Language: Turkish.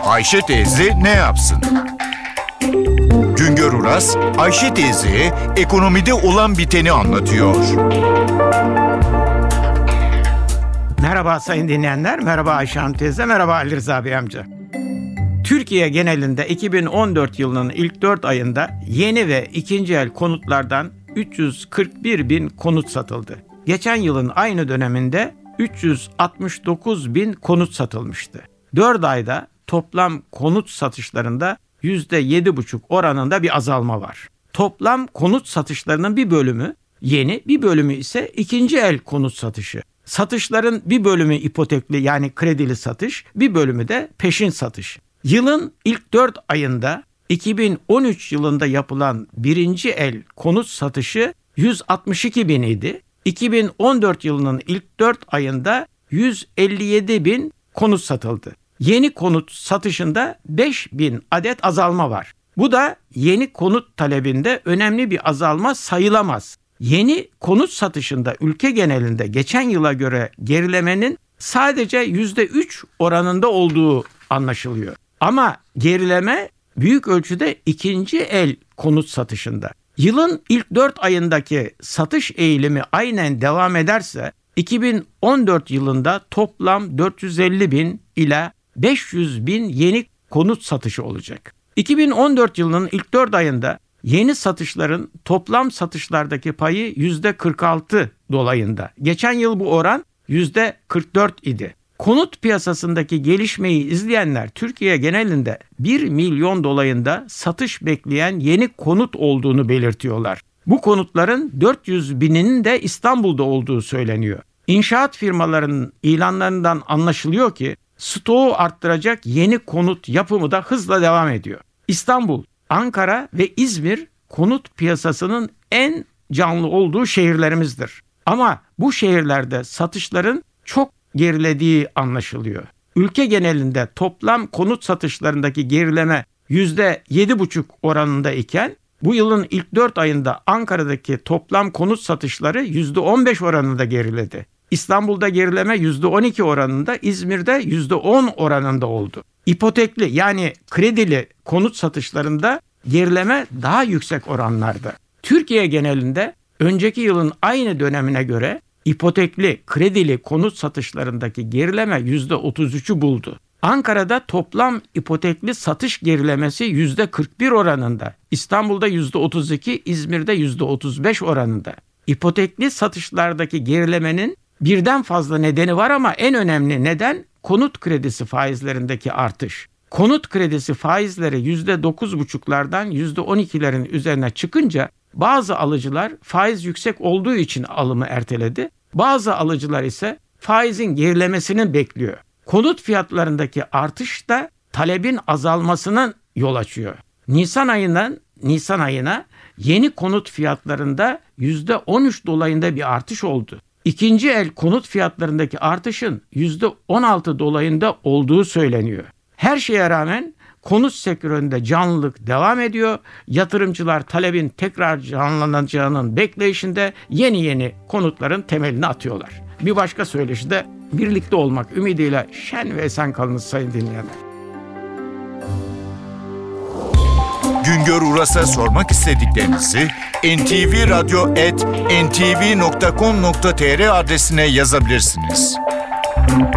Ayşe teyze ne yapsın? Güngör Uras, Ayşe teyzeye ekonomide olan biteni anlatıyor. Merhaba sayın dinleyenler, merhaba Ayşe Hanım teyze, merhaba Ali Rıza Bey amca. Türkiye genelinde 2014 yılının ilk 4 ayında yeni ve ikinci el konutlardan 341 bin konut satıldı. Geçen yılın aynı döneminde 369 bin konut satılmıştı. 4 ayda toplam konut satışlarında %7,5 oranında bir azalma var. Toplam konut satışlarının bir bölümü yeni, bir bölümü ise ikinci el konut satışı. Satışların bir bölümü ipotekli yani kredili satış, bir bölümü de peşin satış. Yılın ilk 4 ayında 2013 yılında yapılan birinci el konut satışı 162 bin idi. 2014 yılının ilk 4 ayında 157 bin konut satıldı. Yeni konut satışında 5 bin adet azalma var. Bu da yeni konut talebinde önemli bir azalma sayılamaz. Yeni konut satışında ülke genelinde geçen yıla göre gerilemenin sadece %3 oranında olduğu anlaşılıyor. Ama gerileme büyük ölçüde ikinci el konut satışında. Yılın ilk 4 ayındaki satış eğilimi aynen devam ederse 2014 yılında toplam 450 bin ila 500 bin yeni konut satışı olacak. 2014 yılının ilk 4 ayında yeni satışların toplam satışlardaki payı %46 dolayında. Geçen yıl bu oran %44 idi. Konut piyasasındaki gelişmeyi izleyenler Türkiye genelinde 1 milyon dolayında satış bekleyen yeni konut olduğunu belirtiyorlar. Bu konutların 400 bininin de İstanbul'da olduğu söyleniyor. İnşaat firmalarının ilanlarından anlaşılıyor ki stoğu arttıracak yeni konut yapımı da hızla devam ediyor. İstanbul, Ankara ve İzmir konut piyasasının en canlı olduğu şehirlerimizdir. Ama bu şehirlerde satışların çok gerilediği anlaşılıyor. Ülke genelinde toplam konut satışlarındaki gerileme %7,5 oranında iken bu yılın ilk 4 ayında Ankara'daki toplam konut satışları %15 oranında geriledi. İstanbul'da gerileme %12 oranında, İzmir'de %10 oranında oldu. İpotekli yani kredili konut satışlarında gerileme daha yüksek oranlarda. Türkiye genelinde önceki yılın aynı dönemine göre ipotekli kredili konut satışlarındaki gerileme %33'ü buldu. Ankara'da toplam ipotekli satış gerilemesi %41 oranında, İstanbul'da %32, İzmir'de %35 oranında. İpotekli satışlardaki gerilemenin birden fazla nedeni var ama en önemli neden konut kredisi faizlerindeki artış. Konut kredisi faizleri %9,5'lardan %12'lerin üzerine çıkınca bazı alıcılar faiz yüksek olduğu için alımı erteledi. Bazı alıcılar ise faizin gerilemesini bekliyor. Konut fiyatlarındaki artış da talebin azalmasına yol açıyor. Nisan ayına yeni konut fiyatlarında %13 dolayında bir artış oldu. İkinci el konut fiyatlarındaki artışın %16 dolayında olduğu söyleniyor. Her şeye rağmen konut sektöründe canlılık devam ediyor. Yatırımcılar talebin tekrar canlanacağının bekleyişinde yeni konutların temelini atıyorlar. Bir başka söyleşi de birlikte olmak ümidiyle şen ve esen kalınız sayın dinleyenler. Güngör Uras'a sormak istediklerinizi ntvradyo@ntv.com.tr adresine yazabilirsiniz.